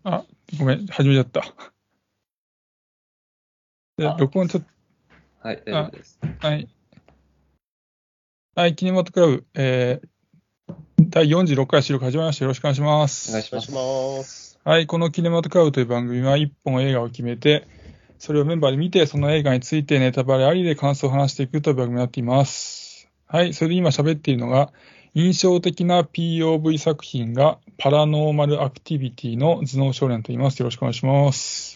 あ、ごめん、始めちゃった。で、録音ちょっと。 はい、大丈夫です。 はい。はい、キネマトクラブ、第46回収録始まりました。よろしくお願いします。 お願いします。 はい、このキネマトクラブという番組は1本映画を決めて、それをメンバーで見て、その映画についてネタバレありで感想を話していくという番組になっています。はい、それで今喋っているのが、印象的な POV 作品がパラノーマルアクティビティの頭脳少年と言います。よろしくお願いします。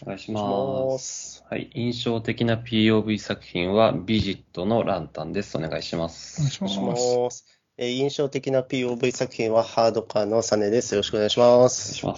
お願いします。はい、印象的な POV 作品はビジットのランタンです。お願いしまお願いす。 します。 印象的な POV 作品はハードカーのサネです。よろしくお願いしまお願いす。 します。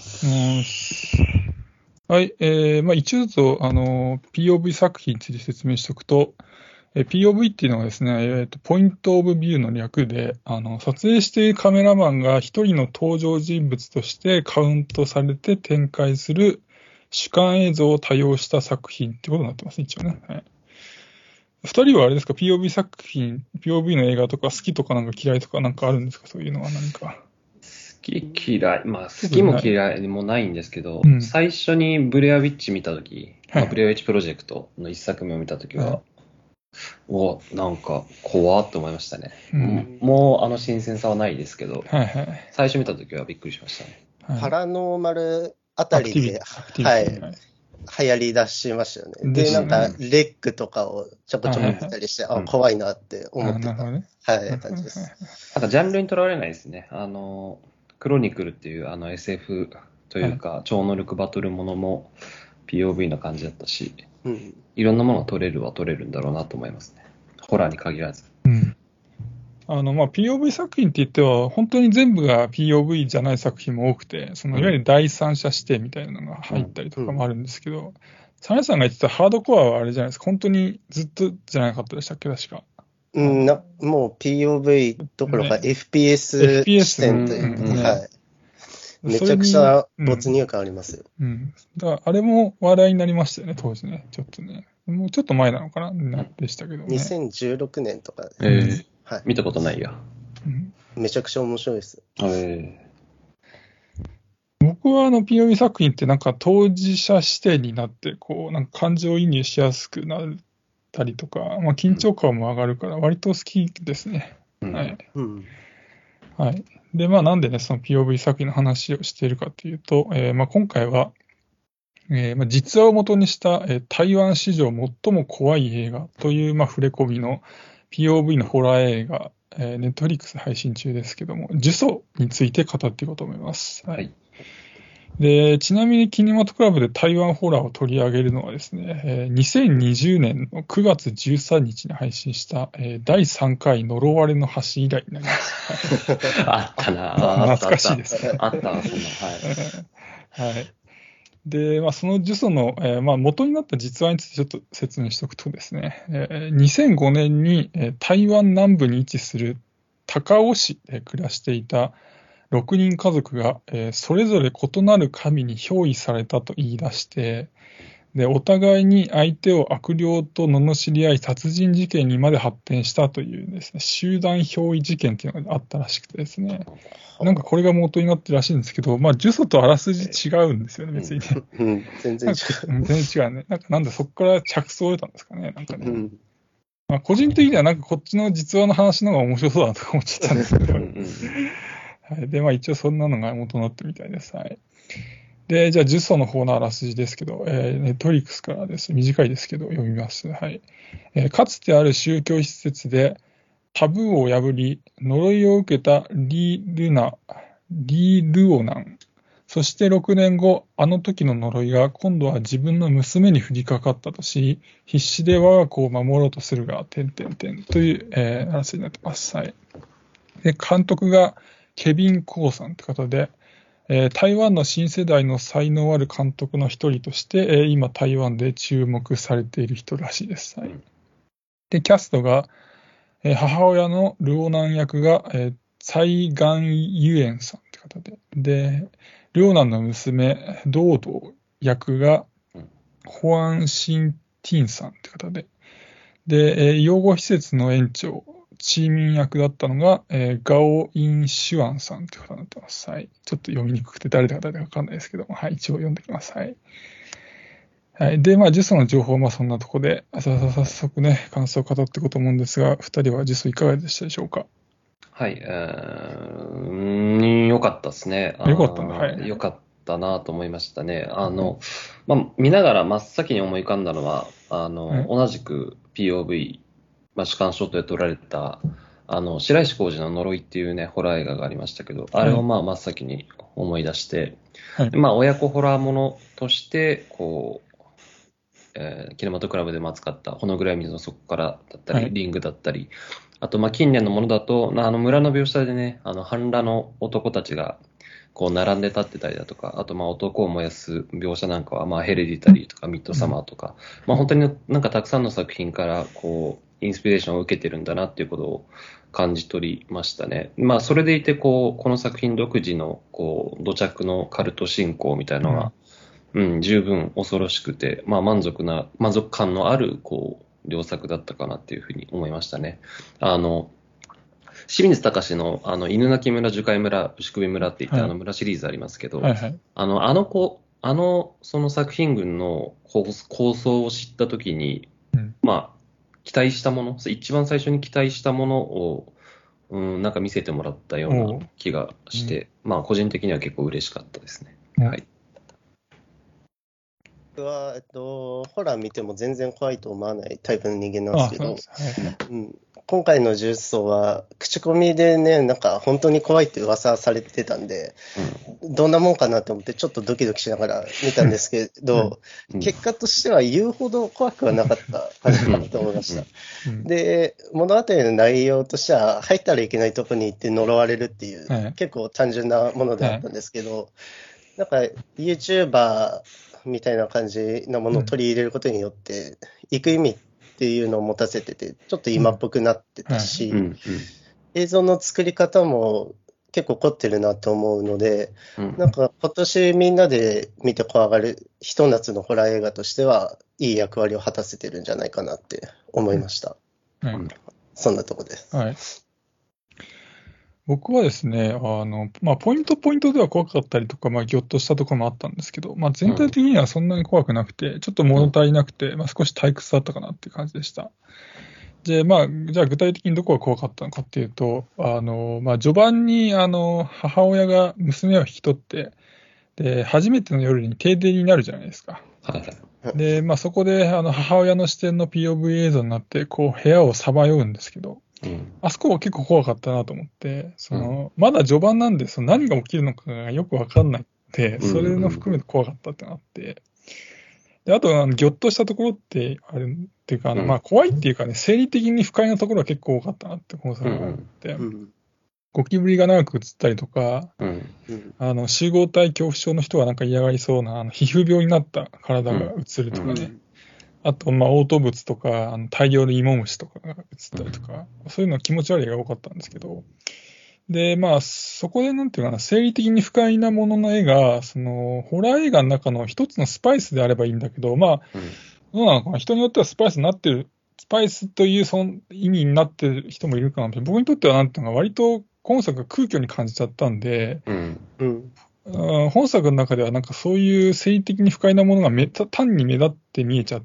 はい、一応ずつPOV 作品について説明しておくと、POV っていうのはですね、ポイントオブビューの略で、撮影しているカメラマンが一人の登場人物としてカウントされて展開する主観映像を多用した作品ってことになってます、一応ね。はい。二人はあれですか、POV 作品、POV の映画とか好きとかなんか嫌いとかなんかあるんですか、そういうのは何か。 好き嫌い、好きも嫌いもないんですけど、最初にブレアウィッチ見たとき、ブレアウィッチプロジェクトの一作目を見たときは、なんか怖って思いましたね。もう新鮮さはないですけど、最初見たときはびっくりしましたね。 パラノーマルあたりで、流行り出しましたよね。で、なんか、レックとかをちょこちょこ見たりして、怖いなって思ってた、感じです。 なんかジャンルにとらわれないですね。クロニクルっていうSF というか、超能力バトルものも POV の感じだったし、いろんなものが撮れるんだろうなと思いますね。ホラーに限らず。 POV 作品って言っては、本当に全部が POV じゃない作品も多くて、いわゆる第三者視点みたいなのが入ったりとかもあるんですけど、サネさんが言ってたハードコアはあれじゃないですか、本当にずっとじゃなかったでしたっけ、確か。 もう POV どころか FPS 視点というか、めちゃくちゃ没入感ありますよ。 だからあれも話題になりましたよね、当時ね。ちょっとね。もうちょっと前なのかな、でしたけどね。 2016年とかです。 見たことないや。 めちゃくちゃ面白いです。 僕はPOV 作品ってなんか当事者視点になって、なんか感情移入しやすくなったりとか、緊張感も上がるから割と好きですね。はい。はい。で、なんでね、その POV 作品の話をしているかというと、今回は、実話を元にした、台湾史上最も怖い映画という、触れ込みの POV のホラー映画、Netflix 配信中ですけども、呪詛について語っていこうと思います。はい。で、ちなみにキネマトクラブで台湾ホラーを取り上げるのはですね、2020年の9月13日に配信した、第3回呪われの橋以来になります。 あったな懐かしいですね。 あったな、そんな。 はい。で、その呪詛の、元になった実話についてちょっと説明しておくとですね、2005年に、台湾南部に位置する高雄市で暮らしていた6人家族が、それぞれ異なる神に憑依されたと言い出して、で、お互いに相手を悪霊と罵り合い殺人事件にまで発展したというですね、集団憑依事件っていうのがあったらしくてですね、なんかこれが元になってるらしいんですけど、呪詛とあらすじ違うんですよね、別にね。 全然違う。 全然違うね。なんでそこから着想を得たんですかね、なんかね。個人的にはなんかこっちの実話の話の方が面白そうだなとか思っちゃったんですけど。はい。で、一応そんなのが元になってるみたいです。はい。で、じゃあ、呪詛の方のあらすじですけど、ネットフリックスからです。短いですけど、読みます。はい。かつてある宗教施設で、タブーを破り、呪いを受けたリルオナン。そして6年後、あの時の呪いが今度は自分の娘に降りかかったとし、必死で我が子を守ろうとするが、という、あらすじになってます。はい。で、監督がケビン・コーさんって方で、台湾の新世代の才能ある監督の一人として、今台湾で注目されている人らしいです。はい。で、キャストが、母親のルオナン役が、蔡元ユエンさんって方で、で、ルオナンの娘、ドードー役が、ホアン・シン・ティンさんって方で、で、養護施設の園長、 チーミン役だったのが、ガオ・イン・シュアンさんという方になってます。はい。ちょっと読みにくくて誰だかわかんないですけども、はい。一応読んできます。はい。はい。で、まあ、ジュソの情報はそんなところで、早速ね、感想を語っていこうと思うんですが、二人はジュソいかがでしたでしょうか？ はい、良かったですね。 良かったんだ。はい。 良かったなと思いましたね。まあ、見ながら真っ先に思い浮かんだのは、同じく POV、まあ、主観ショットで撮られた、白石浩二の呪いっていうね、ホラー映画がありましたけど、あれをまあ真っ先に思い出して、はい、まあ、親子ホラーものとして、こう、キネマトクラブで使ったほの暗い水の底からだったり、はい、リングだったり、あと、まあ、近年のものだと、村の描写でね、半裸の男たちが、こう、並んで立ってたりだとか、あと、まあ、男を燃やす描写なんかは、まあ、ヘレディタリーとか、ミッドサマーとか、まあ、本当になんかたくさんの作品から、こう、インスピレーションを受けてるんだなっていうことを感じ取りましたね。まあ、それでいて、こう、この作品独自の、こう、土着のカルト信仰みたいなのが、十分恐ろしくて、まあ、満足感のある、こう、良作だったかなっていうふうに思いましたね。清水隆の、犬鳴村、樹海村、牛首村って言って、はい、村シリーズありますけど、はいはい、その作品群の構想を知ったときに、まあ、期待したもの、一番最初に期待したものを、なんか見せてもらったような気がして、まあ、個人的には結構嬉しかったですね。はい。 僕は、ホラー見ても全然怖いと思わないタイプの人間なんですけど、今回のジュースは口コミでね、なんか本当に怖いって噂されてたんで、どんなもんかなと思ってちょっとドキドキしながら見たんですけど、結果としては言うほど怖くはなかったかなと思いました。で、物語の内容としては入ったらいけないとこに行って呪われるっていう、結構単純なものであったんですけど、なんか YouTuberみたいな感じなものを取り入れることによって、行く意味っていうのを持たせてて、ちょっと今っぽくなってたし、映像の作り方も結構凝ってるなと思うので、なんか今年みんなで見て怖がるひと夏のホラー映画としては、いい役割を果たせてるんじゃないかなって思いました。そんなとこです。 はい。僕はですね、まあ、ポイントでは怖かったりとか、まあ、ぎょっとしたところもあったんですけど、まあ、全体的にはそんなに怖くなくて、ちょっと物足りなくて、まあ、少し退屈だったかなっていう感じでした。で、まあ、じゃあ具体的にどこが怖かったのかっていうと、まあ、序盤に、母親が娘を引き取って、で、初めての夜に停電になるじゃないですか。で、まあ、そこで、母親の視点の POV 映像になって、こう、部屋をさまようんですけど、あそこは結構怖かったなと思って、まだ序盤なんで、何が起きるのかがよくわかんないって、それの含めて怖かったってのがあって、で、あと、ぎょっとしたところってあるっていうか、まあ、怖いっていうかね、生理的に不快なところは結構多かったなって、この作品があって、ゴキブリが長く映ったりとか、集合体恐怖症の人がなんか嫌がりそうな、皮膚病になった体が映るとかね、あと、まあ、嘔吐物とか、大量の芋虫とかが映ったりとか、そういうのは気持ち悪いが多かったんですけど、で、まあ、そこでなんていうかな、生理的に不快なものの絵が、ホラー映画の中の一つのスパイスであればいいんだけど、まあ、どうなのかな、人によってはスパイスになってる、スパイスという意味になってる人もいるかな。僕にとってはなんていうのか、割と今作が空虚に感じちゃったんで、本作の中ではなんかそういう生理的に不快なものが単に目立って見えちゃって、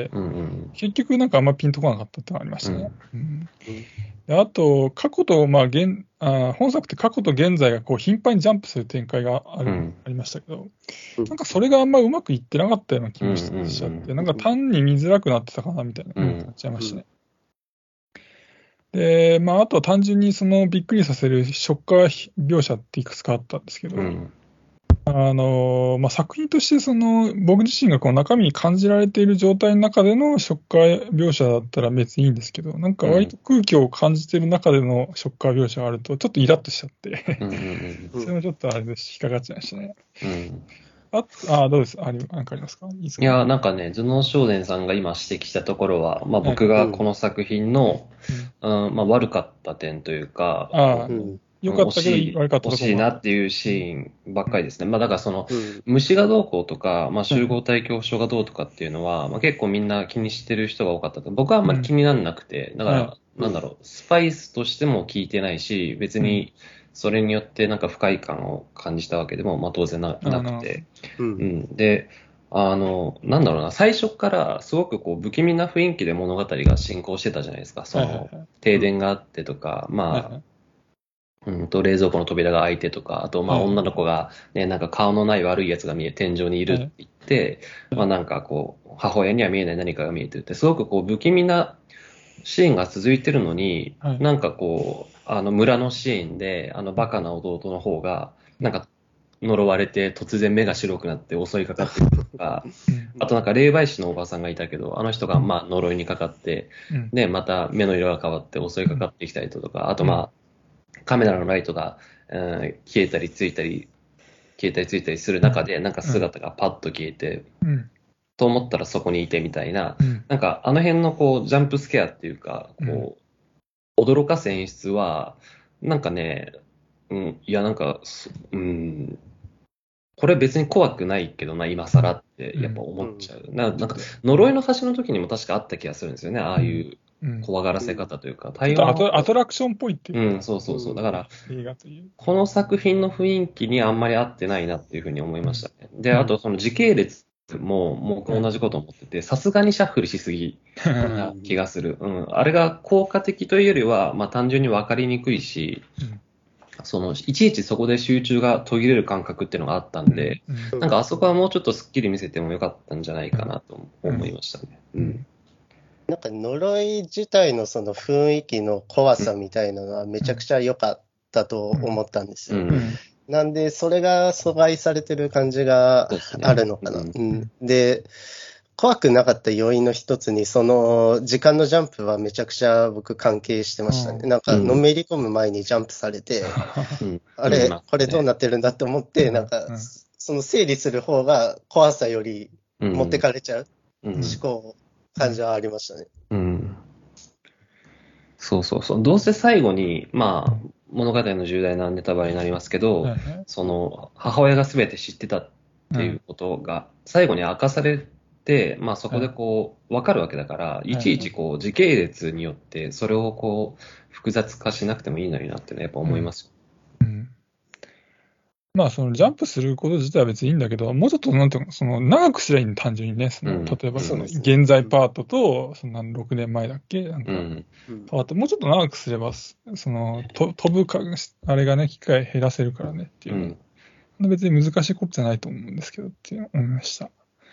結局なんかあんまピンとこなかったってのがありましたね。であと、過去と、まあ本作って過去と現在がこう頻繁にジャンプする展開がありましたけど、なんかそれがあんまうまくいってなかったような気もしちゃって、なんか単に見づらくなってたかなみたいな感じになっちゃいましたね。で、まあ、あとは単純にびっくりさせるショッカー描写っていくつかあったんですけど、まあ、作品として僕自身がこう中身に感じられている状態の中でのショッカー描写だったら別にいいんですけど、なんか割と空気を感じている中でのショッカー描写があるとちょっとイラッとしちゃってそれもちょっとあれです、引っかかっちゃいましたね。どうです？なんかありますか？ いや、なんかね、頭脳少年さんが今指摘したところは、まあ僕がこの作品の、まあ悪かった点というか、 良かったけど悪かったところ惜しいなっていうシーンばっかりですね。まあだからその、虫がどうこうとか、まあ集合体恐怖症がどうとかっていうのは、まあ結構みんな気にしてる人が多かった。僕はあんまり気にならなくて、だから、なんだろう、スパイスとしても効いてないし、別にそれによってなんか不快感を感じたわけでも、まあ当然なくて。で、なんだろうな、最初からすごくこう不気味な雰囲気で物語が進行してたじゃないですか。その、停電があってとか、まあ、冷蔵庫の扉が開いてとか、あと、まあ、女の子がね、なんか顔のない悪いやつが天井にいるって言って、まあ、なんかこう、母親には見えない何かが見えてるって、すごくこう、不気味なシーンが続いてるのに、なんかこう、村のシーンで、バカな弟の方が、なんか、呪われて突然目が白くなって襲いかかってくるとか、あとなんか霊媒師のおばさんがいたけど、あの人がまあ呪いにかかって、で、また目の色が変わって襲いかかってきたりとか、あとまあ、カメラのライトが、消えたりついたりする中で、なんか姿がパッと消えて、と思ったらそこにいてみたいな、なんかあの辺のこう、ジャンプスケアっていうか、こう、驚かす演出は、なんかね、いやなんか、これ別に怖くないけどな、今更ってやっぱ思っちゃう。なんか、呪いの橋の時にも確かあった気がするんですよね、ああいう怖がらせ方というか。 ちょっとアトラクションっぽいっていうか。 そう。だから、この作品の雰囲気にあんまり合ってないなっていうふうに思いましたね。で、あとその時系列も同じこと思ってて、さすがにシャッフルしすぎな気がする。あれが効果的というよりは、まあ単純に分かりにくいし、いちいちそこで集中が途切れる感覚っていうのがあったんで、なんかあそこはもうちょっとスッキリ見せてもよかったんじゃないかなと思いましたね。 なんか呪い自体のその雰囲気の怖さみたいなのはめちゃくちゃ良かったと思ったんですよ。なんで、それが阻害されてる感じがあるのかな。で、怖くなかった要因の一つに、その時間のジャンプはめちゃくちゃ僕関係してましたね。なんか、のめり込む前にジャンプされて、あれ、これどうなってるんだって思って、なんか、その整理する方が怖さより持ってかれちゃう思考、感じはありましたね。 そう。どうせ最後に、まあ、物語の重大なネタバレになりますけど、その、母親が全て知ってたっていうことが、最後に明かされて、まあそこでこう、わかるわけだから、いちいちこう、時系列によって、それをこう、複雑化しなくてもいいのになってね、やっぱ思いますよ。 まあ、そのジャンプすること自体は別にいいんだけど、もうちょっとなんていうの、その長くすればいいの、単純にね。例えばその現在パートと、その6年前だっけなんか、パート、もうちょっと長くすれば、その飛ぶか、あれがね、機会減らせるからねっていう。別に難しいことじゃないと思うんですけどって思いました。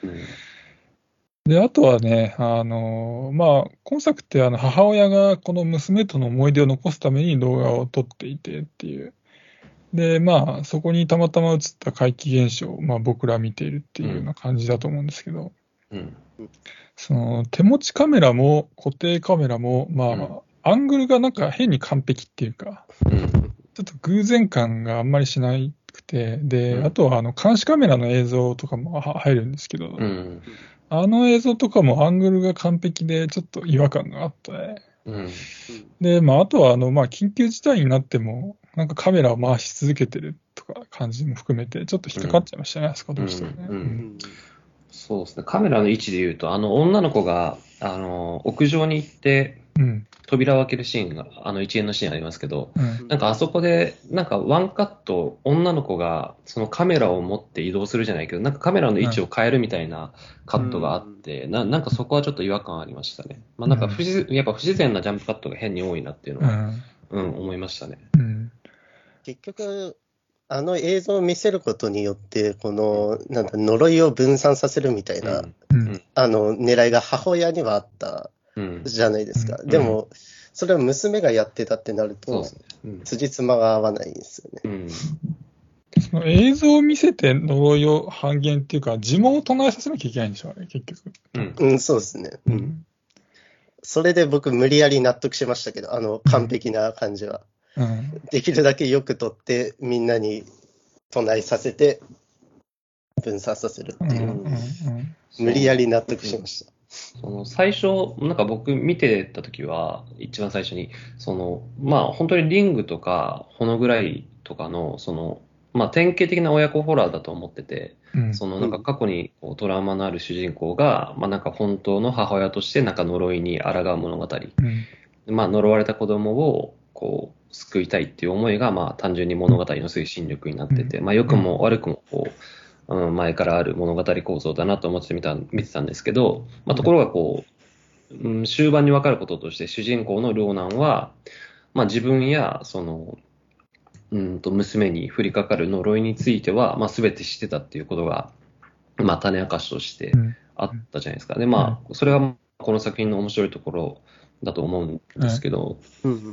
で、あとはね、まあ、今作って母親がこの娘との思い出を残すために動画を撮っていてっていう。で、まあ、そこにたまたま映った怪奇現象を、まあ、僕ら見ているっていうような感じだと思うんですけど、その手持ちカメラも固定カメラも、まあ、アングルがなんか変に完璧っていうか、ちょっと偶然感があんまりしなくて、で、あとは監視カメラの映像とかも入るんですけど、あの映像とかもアングルが完璧でちょっと違和感があって、で、まあ、あとはまあ、緊急事態になっても、なんかカメラを回し続けてるとか感じも含めて、ちょっと引っかかっちゃいましたね、あそこどうしてもね。 そうですね。カメラの位置で言うと、女の子が、屋上に行って、扉を開けるシーンが、一連のシーンありますけど、なんかあそこで、なんかワンカット、女の子がそのカメラを持って移動するじゃないけど、なんかカメラの位置を変えるみたいなカットがあって、なんかそこはちょっと違和感ありましたね。まあなんかやっぱ不自然なジャンプカットが変に多いなっていうのは、思いましたね。 結局、映像を見せることによって、この、なんだ、呪いを分散させるみたいな、狙いが母親にはあったじゃないですか。でも、それを娘がやってたってなると、辻褄が合わないんですよね。 その映像を見せて呪いを半減っていうか、呪文を唱えさせなきゃいけないんでしょうね、結局。 そうですね。それで僕、無理やり納得しましたけど、完璧な感じは。できるだけよく撮ってみんなに唱えさせて分散させるっていう、無理やり納得しました。 最初、なんか僕見てた時は、一番最初に、まあ本当にリングとか、ほの暗いとかの、まあ典型的な親子ホラーだと思ってて、なんか過去にこうトラウマのある主人公が、まあなんか本当の母親としてなんか呪いに抗う物語。まあ呪われた子供を、こう、救いたいっていう思いが、まあ単純に物語の推進力になってて、まあ良くも悪くもこう、前からある物語構造だなと思って見てたんですけど、まあ、ところがこう、終盤に分かることとして主人公のローナンは、まあ、自分や娘に降りかかる呪いについては、まあ、全て知ってたっていうことが、まあ、種明かしとしてあったじゃないですか。で、まあ、それはこの作品の面白いところだと思うんですけど、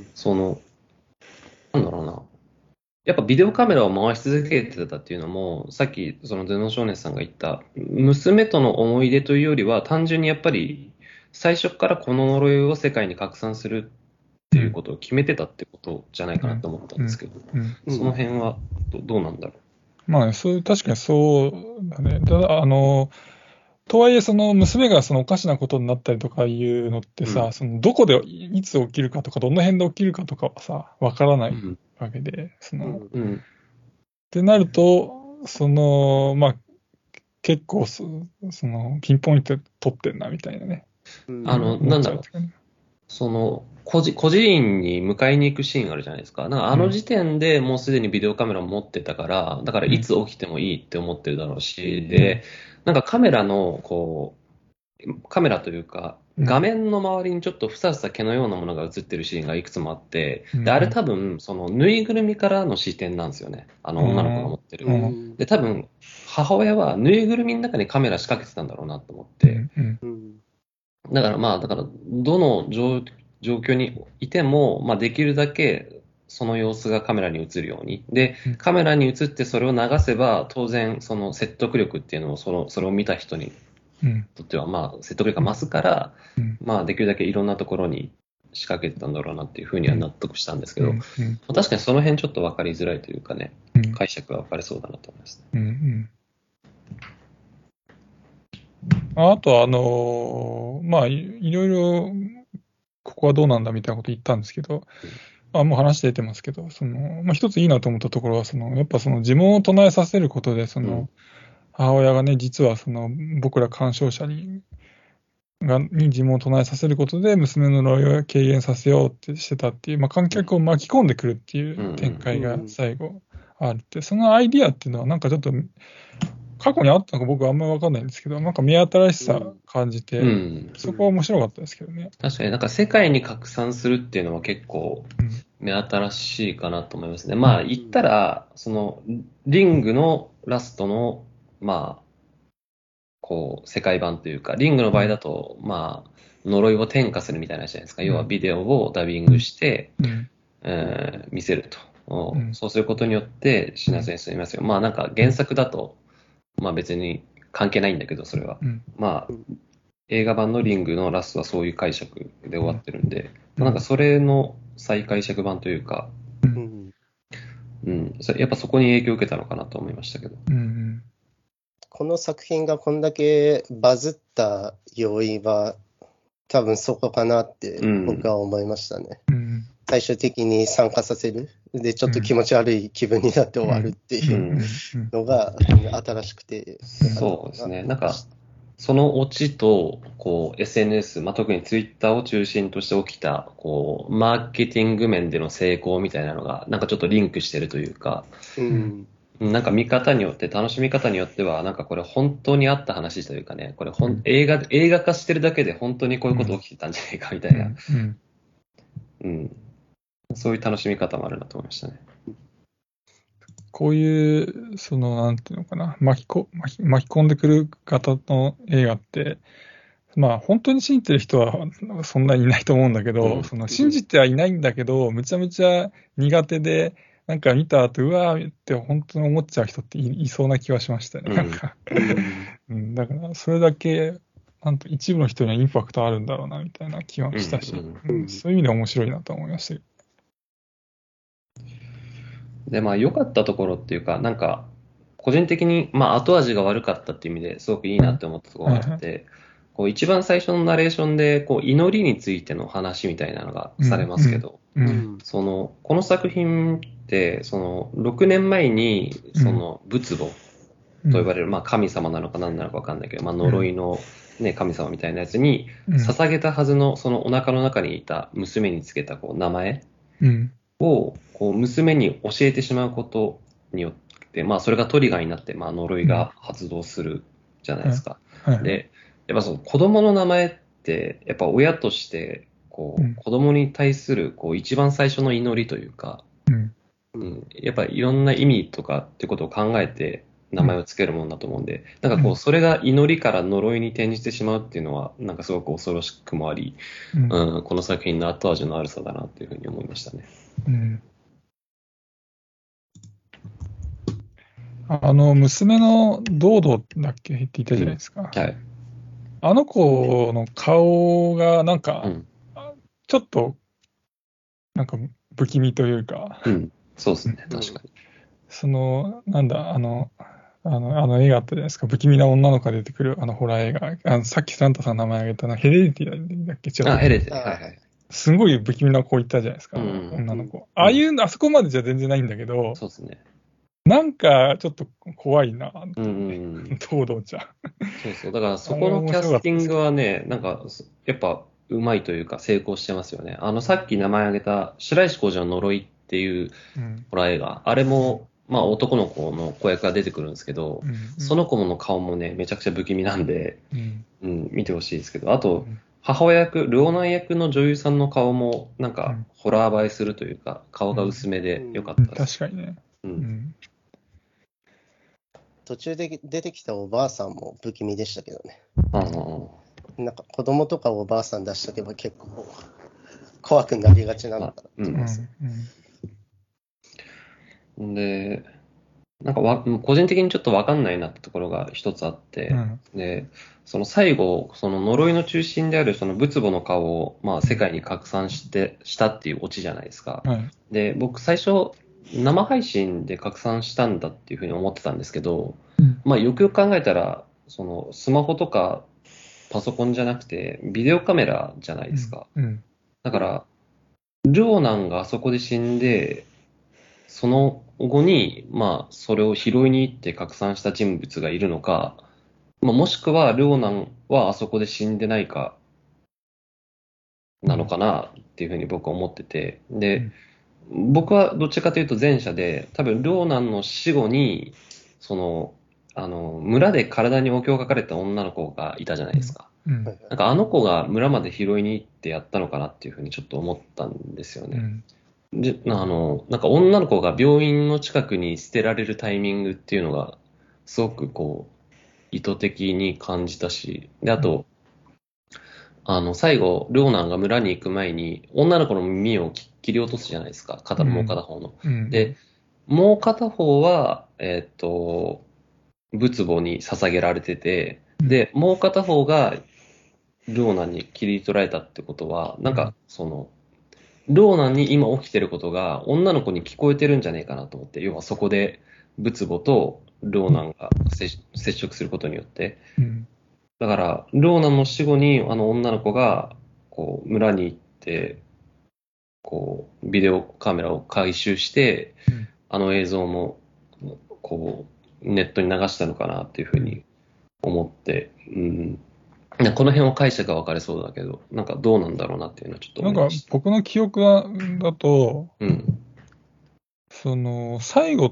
なんだろうな。やっぱビデオカメラを回し続けてたっていうのも、さっきそのゼノ少年さんが言った、娘との思い出というよりは、単純にやっぱり最初からこの呪いを世界に拡散するっていうことを決めてたってことじゃないかなと思ったんですけど、その辺はどうなんだろう。まあ、確かにそうだね。ただ、とはいえ、その娘がそのおかしなことになったりとかいうのってさ、どこでいつ起きるかとか、どの辺で起きるかとかはさ、わからないわけで、ってなると、まあ、結構ピンポイントで撮ってんな、みたいなね。 なんだろう。孤児院に迎えに行くシーンあるじゃないですか。なんかあの時点でもうすでにビデオカメラを持ってたから、だからいつ起きてもいいって思ってるだろうし、で、なんかカメラというか、画面の周りにちょっとふさふさ毛のようなものが映ってるシーンがいくつもあって、で、あれ多分、ぬいぐるみからの視点なんですよね。女の子が持ってる。で、多分、母親はぬいぐるみの中にカメラ仕掛けてたんだろうなと思って。だから、どの状況にいても、まあ、できるだけ、その様子がカメラに映るように。で、カメラに映ってそれを流せば、当然、その説得力っていうのを、それを見た人にとっては、まあ、説得力が増すから、まあ、できるだけいろんなところに仕掛けてたんだろうなっていうふうには納得したんですけど、確かにその辺ちょっと分かりづらいというかね、解釈が分かれそうだなと思いますね。 あとまあ、いろいろ、ここはどうなんだみたいなこと言ったんですけど、もう話出てますけど、まあ、一ついいなと思ったところは、やっぱ呪文を唱えさせることで、母親がね、実は僕ら鑑賞者に呪文を唱えさせることで、娘の呪いを軽減させようってしてたっていう、まあ、観客を巻き込んでくるっていう展開が最後あるって、そのアイディアっていうのは、なんかちょっと、過去にあったのか僕はあんまりわかんないんですけど、なんか目新しさ感じて、そこは面白かったですけどね。 確かになんか世界に拡散するっていうのは結構目新しいかなと思いますね。まあ言ったら、リングのラストの、まあ、こう、世界版というか、リングの場合だと、まあ、呪いを転化するみたいなじゃないですか。要はビデオをダビングして、見せると。そうすることによって死なせに進みますよ。まあなんか原作だと、まあ別に関係ないんだけど、それは。まあ、映画版のリングのラストはそういう解釈で終わってるんで、なんかそれの再解釈版というか、やっぱそこに影響を受けたのかなと思いましたけど。 この作品がこんだけバズった要因は、多分そこかなって僕は思いましたね。最終的に参加させる。で、ちょっと気持ち悪い気分になって終わるっていうのが新しくて。 そうですね。なんか、そのオチと、こう、SNS、まあ、特にツイッターを中心として起きた、こう、マーケティング面での成功みたいなのが、なんかちょっとリンクしてるというか、なんか見方によって、楽しみ方によっては、なんかこれ本当にあった話というかね、これ映画化してるだけで本当にこういうこと起きてたんじゃないかみたいな、そういう楽しみ方もあるなと思いましたね。 こういう、なんていうのかな、巻き込んでくる方の映画って、まあ本当に信じてる人はそんなにいないと思うんだけど、信じてはいないんだけど、むちゃむちゃ苦手で、なんか見た後、うわーって本当に思っちゃう人っていそうな気はしましたね。なんかだからそれだけ、なんと一部の人にはインパクトあるんだろうなみたいな気はしたし、そういう意味で面白いなと思いましたよ。 で、まあ良かったところっていうか、なんか、個人的に、まあ後味が悪かったっていう意味ですごくいいなって思ったところがあって、 こう一番最初のナレーションで、こう祈りについての話みたいなのがされますけど、この作品って、6年前に、仏母と呼ばれる、まあ神様なのか何なのかわかんないけど、まあ呪いのね、神様みたいなやつに、捧げたはずの、そのお腹の中にいた娘につけたこう名前を、こう娘に教えてしまうことによって、まあそれがトリガーになって、まあ呪いが発動するじゃないですか。で、やっぱ子供の名前って、やっぱ親として、こう、子供に対する、こう、一番最初の祈りというか、やっぱりいろんな意味とかってことを考えて名前をつけるものだと思うんで、なんかこう、それが祈りから呪いに転じてしまうっていうのは、なんかすごく恐ろしくもあり、この作品の後味の悪さだなっていうふうに思いましたね。 娘のドードだっけって言ったじゃないですか。あの子の顔が、なんか、ちょっと、なんか、不気味というか。 そうですね、確かに。なんだ、映画あったじゃないですか。不気味な女の子が出てくる、ホラー映画。さっきサンタさんの名前挙げたヘレディティだっけ？違う。 ヘレディティ、はいはい。 すごい不気味な子いたじゃないですか、女の子。あそこまでじゃ全然ないんだけど、 そうですね。 なんか、ちょっと怖いな、東堂ちゃん。 そうそう。だから、そこのキャスティングはね、なんか、やっぱ、うまいというか、成功してますよね。さっき名前挙げた、白石浩二の呪いっていうホラー映画。あれも、まあ、男の子の子役が出てくるんですけど、その子の顔もね、めちゃくちゃ不気味なんで、見てほしいですけど、あと、母親役、ルオナン役の女優さんの顔も、なんか、ホラー映えするというか、顔が薄めでよかったです。 確かにね。 途中で出てきたおばあさんも不気味でしたけどね。なんか子供とかおばあさん出しとけば結構怖くなりがちなのかなと思います。 で、なんか個人的にちょっと分かんないなってところが一つあって、で、その最後、その呪いの中心であるその仏母の顔を、まあ、世界に拡散したっていうオチじゃないですか。で、僕最初、生配信で拡散したんだっていうふうに思ってたんですけど、まあよくよく考えたら、そのスマホとかパソコンじゃなくてビデオカメラじゃないですか。だから、両男があそこで死んで、その後に、まあそれを拾いに行って拡散した人物がいるのか、まあ、もしくは両男はあそこで死んでないか、なのかなっていうふうに僕は思ってて、で、僕はどっちかというと前者で、多分、両男の死後に、村で体にお経を書かれた女の子がいたじゃないですか。なんかあの子が村まで拾いに行ってやったのかなっていうふうにちょっと思ったんですよね。で、なんか女の子が病院の近くに捨てられるタイミングっていうのが、すごくこう、意図的に感じたし、で、あと、最後、両男が村に行く前に、女の子の耳を切り落とすじゃないですか。もう片方の。で、もう片方は、仏母に捧げられてて、で、もう片方が、両男に切り取られたってことは、なんか、両男に今起きてることが、女の子に聞こえてるんじゃねえかなと思って、要はそこで、仏母と両男が接触することによって、だから、両男の死後に、女の子が、こう、村に行って、こう、ビデオカメラを回収して、映像も、こう、ネットに流したのかなっていうふうに思って、この辺は解釈が分かれそうだけど、なんかどうなんだろうなっていうのはちょっと思いました。 なんか、僕の記憶だと、最後って、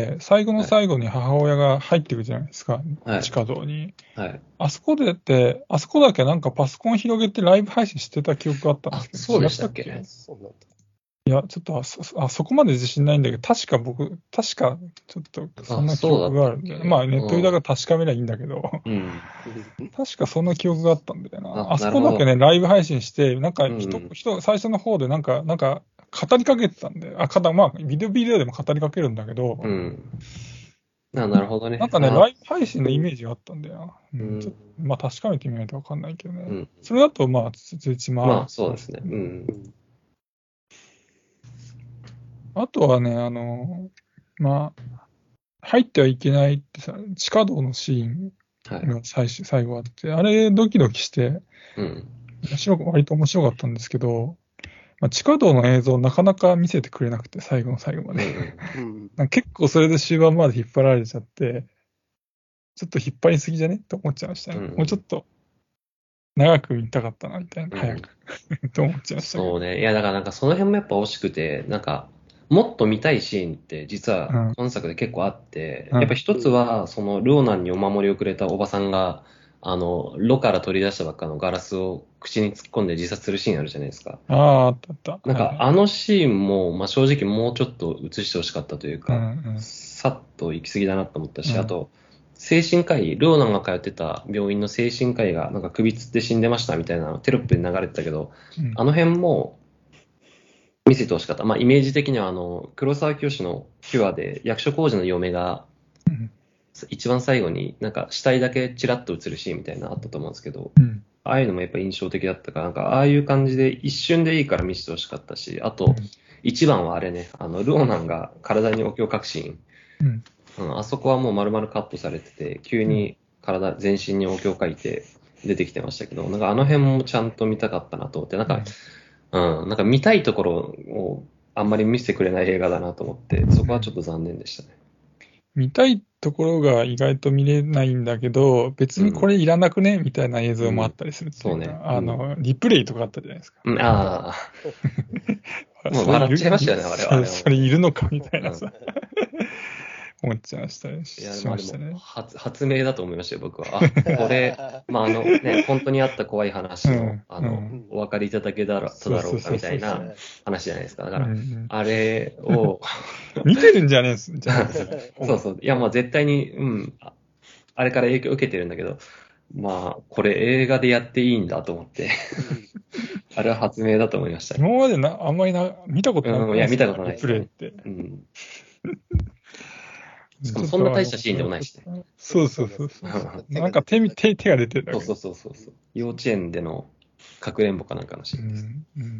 最後の最後に母親が入っていくじゃないですか、地下道に。あそこでって、あそこだけなんかパソコン広げてライブ配信してた記憶があったんですけど、 そうでしたっけ？ いや、ちょっとそこまで自信ないんだけど、確かちょっとそんな記憶があるんで、まあネットでだから確かめりゃいいんだけど、確かそんな記憶があったんだよな。あそこだけね、ライブ配信して、なんか最初の方でなんか語りかけてたんで、まあビデオでも語りかけるんだけど、 なるほどね。 なんかね、ライブ配信のイメージがあったんだよな。まあ確かめてみないとわかんないけどね。それだとまあ、 まあそうですね。 あとはね、まあ、入ってはいけないってさ、地下道のシーン最後あって、あれドキドキして、 うん。 割と面白かったんですけど、地下道の映像なかなか見せてくれなくて、最後の最後まで。結構それで終盤まで引っ張られちゃって、ちょっと引っ張りすぎじゃねって思っちゃいましたね。もうちょっと長く見たかったな、みたいな、早く。と思っちゃいました。 そうね。いや、だからなんかその辺もやっぱ惜しくて、なんか、もっと見たいシーンって実は今作で結構あって、やっぱ一つは、そのルオナンにお守りをくれたおばさんが、炉から取り出したばっかのガラスを口に突っ込んで自殺するシーンあるじゃないですか。 あった。 なんか、あのシーンも、まあ、正直もうちょっと映してほしかったというか、さっと行き過ぎだなと思ったし、あと、精神科医、ルオナンが通ってた病院の精神科医がなんか首つって死んでましたみたいなテロップで流れてたけど、あの辺も見せてほしかった。まあ、イメージ的には黒沢清のキュアで役所広司の嫁が、一番最後になんか死体だけチラッと映るシーンみたいなのあったと思うんですけど、ああいうのもやっぱ印象的だったから、なんかああいう感じで一瞬でいいから見せてほしかったし、あと、一番はあれね、ルオナンが体にお経を書くシーン。あそこはもう丸々カットされてて、急に全身にお経を書いて出てきてましたけど、なんかあの辺もちゃんと見たかったなと思って、なんか、なんか見たいところをあんまり見せてくれない映画だなと思って、そこはちょっと残念でしたね。 見たいところが意外と見れないんだけど、別にこれいらなくね、みたいな映像もあったりする、 そうね。 リプレイとかあったじゃないですか。 ああ。もう笑っちゃいましたよね、あれは。 それいるのかみたいなさ。思っちゃいましたね。 発明だと思いましたよ、僕は。これ、まあね、本当にあった怖い話の、お分かりいただけただろうかみたいな話じゃないですか。だから、あれを。 見てるんじゃねえす、じゃあ。 そうそう。いや、まあ絶対に、あれから影響を受けてるんだけど、まあ、これ映画でやっていいんだと思って。あれは発明だと思いました。 今まであんまり見たことない。 いや、見たことない。 プレイって。 しかもそんな大したシーンでもないしね。 そう。なんか手が出てるだけ。 そう。幼稚園でのかくれんぼかなんかのシーンです。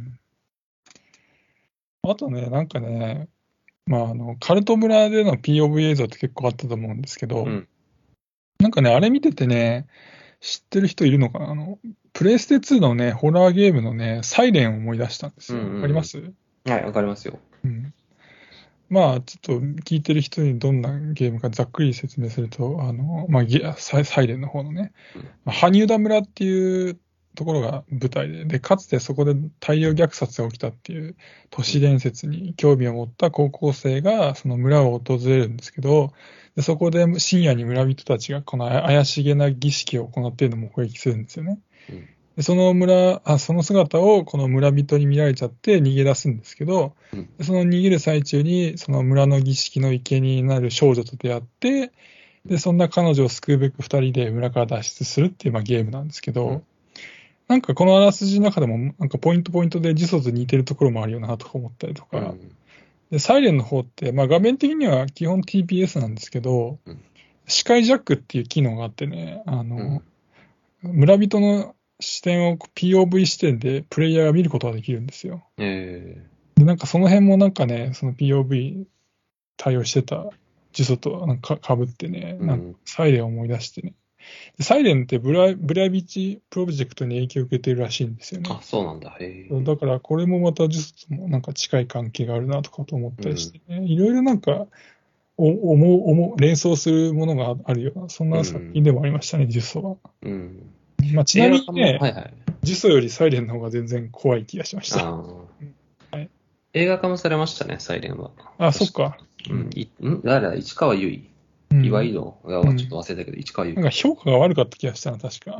あとね、なんかね、まあカルト村での POV 映像って結構あったと思うんですけど、なんかね、あれ見ててね、知ってる人いるのかなプレイステ2のね、ホラーゲームのね、サイレンを思い出したんですよ。わかります？ はい、わかりますよ。 まあ、ちょっと聞いてる人にどんなゲームかざっくり説明すると、サイレンの方のね、羽生田村っていうところが舞台で、かつてそこで大量虐殺が起きたっていう都市伝説に興味を持った高校生がその村を訪れるんですけど、でそこで深夜に村人たちがこの怪しげな儀式を行っているのを目撃するんですよね。でその姿をこの村人に見られちゃって逃げ出すんですけど、その逃げる最中にその村の儀式の生贄になる少女と出会って、でそんな彼女を救うべく二人で村から脱出するっていうゲームなんですけど、なんかこのあらすじの中でもなんかポイントで呪詛と似てるところもあるよなとか思ったりとか、でサイレンの方って、画面的には基本 TPS なんですけど、視界ジャックっていう機能があってね、村人の視点を POV 視点でプレイヤーが見ることができるんですよ。で、なんかその辺もなんかね、その POV 対応してた呪詛となんか被ってね、なんかサイレンを思い出してね。でサイレンってブラビッチプロジェクトに影響を受けてるらしいんですよね。 あ、そうなんだ。 だからこれもまた呪詛ともなんか近い関係があるなとかと思ったりしてね、いろいろなんか連想するものがあるような、そんな作品でもありましたね、呪詛は。ちなみにね、呪詛よりサイレンの方が全然怖い気がしました。 映画化もされましたね、サイレンは。 あ、そっか。 誰だ、市川由衣。岩井戸がちょっと忘れたけど、市川由衣。 なんか評価が悪かった気がしたな、確か。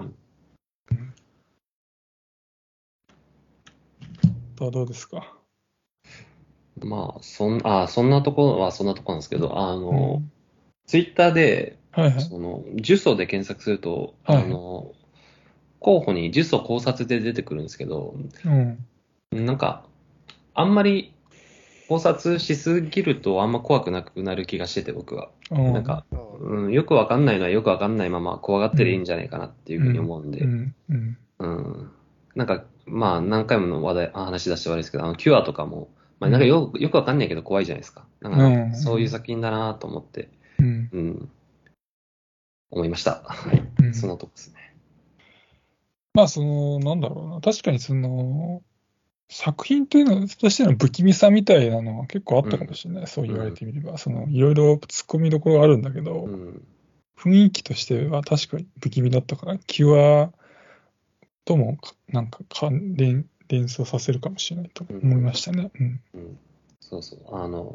どうですか？ まあ、そんなところはそんなところなんですけど、ツイッターで、その、呪詛で検索すると、候補に呪詛考察で出てくるんですけど、なんか、あんまり考察しすぎるとあんま怖くなくなる気がしてて、僕は。なんか、よくわかんないのはよくわかんないまま怖がってりゃいいんじゃないかなっていうふうに思うんで、なんか、まあ何回もの話出して悪いですけど、キュアとかも、なんかよくわかんないけど怖いじゃないですか。なんかそういう作品だなと思って。 思いました。はい。そのとこですね。 まあ、なんだろうな。確かに作品というのとしての不気味さみたいなのは結構あったかもしれない。そう言われてみれば。いろいろ突っ込みどころがあるんだけど、雰囲気としては確かに不気味だったから、キュアともなんか連想させるかもしれないと思いましたね。 そうそう。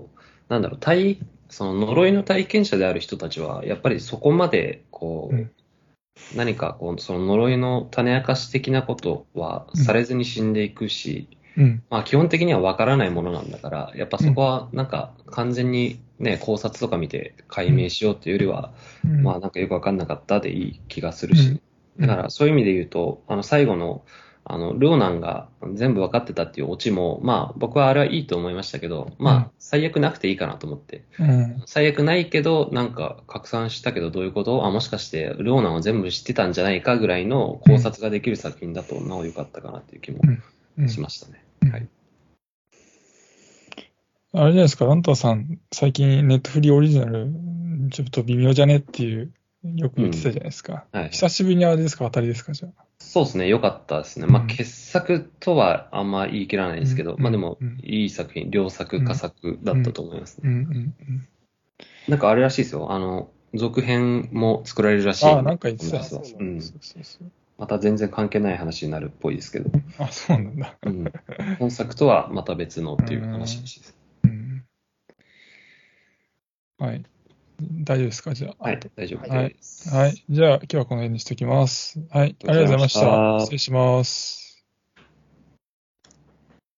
なんだろう、その呪いの体験者である人たちは、やっぱりそこまで、何かその呪いの種明かし的なことはされずに死んでいくし、まあ基本的には分からないものなんだから、やっぱそこはなんか完全にね、考察とか見て解明しようっていうよりは、まあなんかよく分かんなかったでいい気がするし、だからそういう意味で言うと、最後のルオナンが全部分かってたっていうオチも、まあ僕はあれはいいと思いましたけど、まあ最悪なくていいかなと思って。最悪ないけど、なんか拡散したけどどういうこと？もしかしてルオナンは全部知ってたんじゃないかぐらいの考察ができる作品だと、なお良かったかなっていう気もしましたね。はい。 あれじゃないですか、ランタンさん、最近ネットフリーオリジナル、ちょっと微妙じゃねっていう、よく言ってたじゃないですか。はい、久しぶりにあれですか、当たりですか、じゃあ。 そうですね、良かったですね。まあ、傑作とはあんま言い切らないですけど、まあでも、いい作品、良作、佳作だったと思いますね。なんかあれらしいですよ。続編も作られるらしい。 なんか言ってた。 また全然関係ない話になるっぽいですけど。 そうなんだ。 本作とはまた別のっていう話らしいです。 はい。大丈夫ですか、じゃあ。 はい、大丈夫です。 はい。じゃあ、今日はこの辺にしておきます。はい。ありがとうございました。失礼します。